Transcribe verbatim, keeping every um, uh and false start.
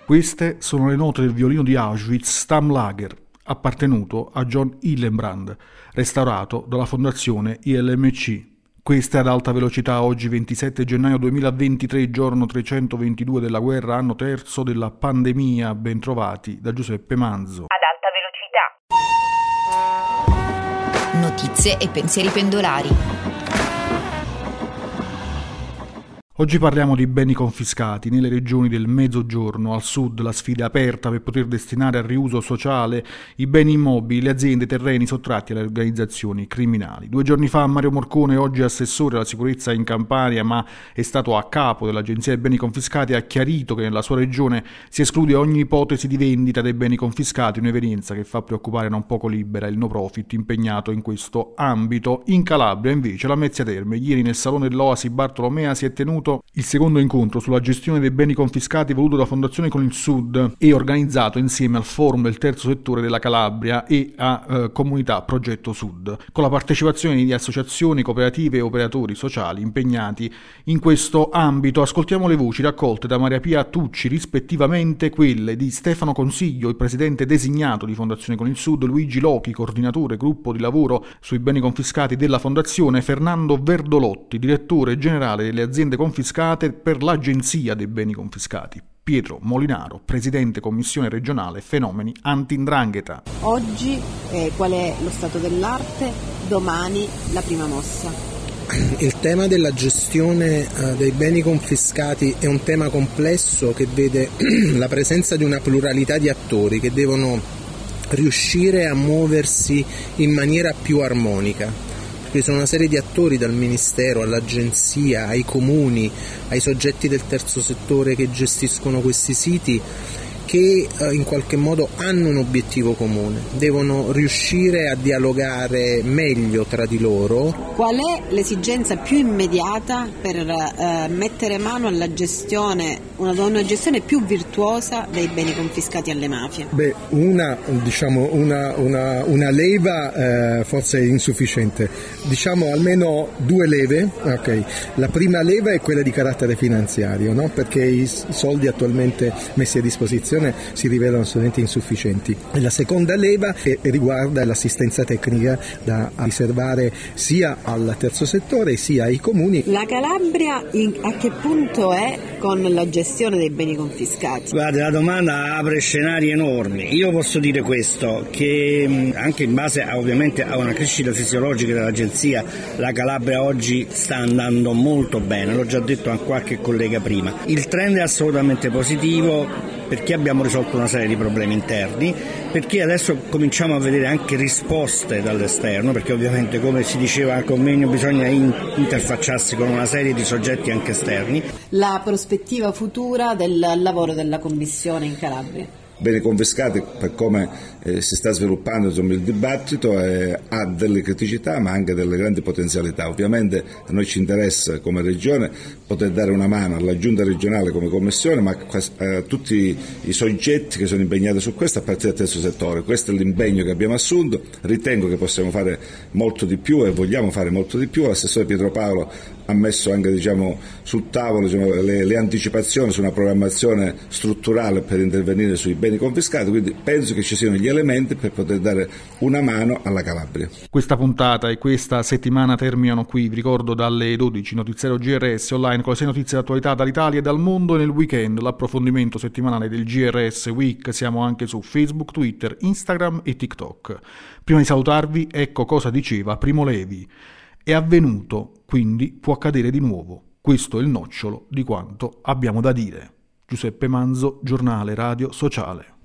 Queste sono le note del violino di Auschwitz Stammlager, appartenuto a John Hillenbrand, restaurato dalla fondazione I L M C. Questa è ad alta velocità, oggi ventisette gennaio duemilaventitré, giorno trecentoventidue della guerra, anno terzo della pandemia. Ben trovati da Giuseppe Manzo. Ad alta velocità. Notizie e pensieri pendolari. Oggi parliamo di beni confiscati. Nelle regioni del Mezzogiorno, al sud, la sfida è aperta per poter destinare al riuso sociale i beni immobili, le aziende, i terreni sottratti alle organizzazioni criminali. Due giorni fa Mario Morcone, oggi assessore alla sicurezza in Campania, ma è stato a capo dell'Agenzia dei Beni Confiscati, ha chiarito che nella sua regione si esclude ogni ipotesi di vendita dei beni confiscati, un'evenienza che fa preoccupare non poco Libera, il no profit impegnato in questo ambito. In Calabria, invece, la Mezzia Terme, ieri nel salone dell'Oasi Bartolomea si è tenuto il secondo incontro sulla gestione dei beni confiscati voluto da Fondazione con il Sud e organizzato insieme al Forum del Terzo Settore della Calabria e a eh, Comunità Progetto Sud, con la partecipazione di associazioni, cooperative e operatori sociali impegnati in questo ambito. Ascoltiamo le voci raccolte da Maria Pia Tucci, rispettivamente quelle di Stefano Consiglio, il presidente designato di Fondazione con il Sud, Luigi Lochi, coordinatore gruppo di lavoro sui beni confiscati della Fondazione, Fernando Verdolotti, direttore generale delle aziende confiscate per l'Agenzia dei Beni Confiscati, Pietro Molinaro, presidente commissione regionale fenomeni anti-'ndrangheta. Oggi eh, qual è lo stato dell'arte, domani la prima mossa. Il tema della gestione uh, dei beni confiscati è un tema complesso che vede la presenza di una pluralità di attori che devono riuscire a muoversi in maniera più armonica. Ci sono una serie di attori, dal Ministero all'Agenzia, ai comuni, ai soggetti del terzo settore che gestiscono questi siti, che eh, in qualche modo hanno un obiettivo comune, devono riuscire a dialogare meglio tra di loro. Qual è l'esigenza più immediata per eh, mettere mano alla gestione, una, una gestione più virtuosa dei beni confiscati alle mafie? Beh, una, diciamo, una, una, una leva eh, forse è insufficiente, diciamo almeno due leve. Okay. La prima leva è quella di carattere finanziario, no? Perché i soldi attualmente messi a disposizione si rivelano assolutamente insufficienti. E la seconda leva riguarda l'assistenza tecnica da riservare sia al terzo settore sia ai comuni. La Calabria in, a che punto è con la gestione dei beni confiscati? Guarda, la domanda apre scenari enormi. Io posso dire questo, che anche in base a, ovviamente a una crescita fisiologica dell'agenzia, la Calabria oggi sta andando molto bene, l'ho già detto a qualche collega prima. Il trend è assolutamente positivo, perché abbiamo risolto una serie di problemi interni, perché adesso cominciamo a vedere anche risposte dall'esterno, perché ovviamente, come si diceva al convegno, bisogna interfacciarsi con una serie di soggetti anche esterni. La prospettiva futura del lavoro della Commissione in Calabria? Beni confiscati, per come eh, si sta sviluppando insomma, il dibattito, eh, ha delle criticità ma anche delle grandi potenzialità. Ovviamente a noi ci interessa come Regione poter dare una mano alla Giunta regionale come Commissione, ma a eh, tutti i soggetti che sono impegnati su questo a partire dal terzo settore. Questo è l'impegno che abbiamo assunto, ritengo che possiamo fare molto di più e vogliamo fare molto di più. L'assessore Pietro Paolo ha messo anche diciamo, sul tavolo diciamo, le, le anticipazioni su una programmazione strutturale per intervenire sui beni confiscati, quindi penso che ci siano gli elementi per poter dare una mano alla Calabria. Questa puntata e questa settimana terminano qui, vi ricordo dalle dodici notiziario G R S online con le sei notizie d'attualità dall'Italia e dal mondo, e nel weekend l'approfondimento settimanale del G R S Week. Siamo anche su Facebook, Twitter, Instagram e TikTok. Prima di salutarvi, ecco cosa diceva Primo Levi: è avvenuto, quindi può accadere di nuovo. Questo è il nocciolo di quanto abbiamo da dire. Giuseppe Manzo, Giornale Radio Sociale.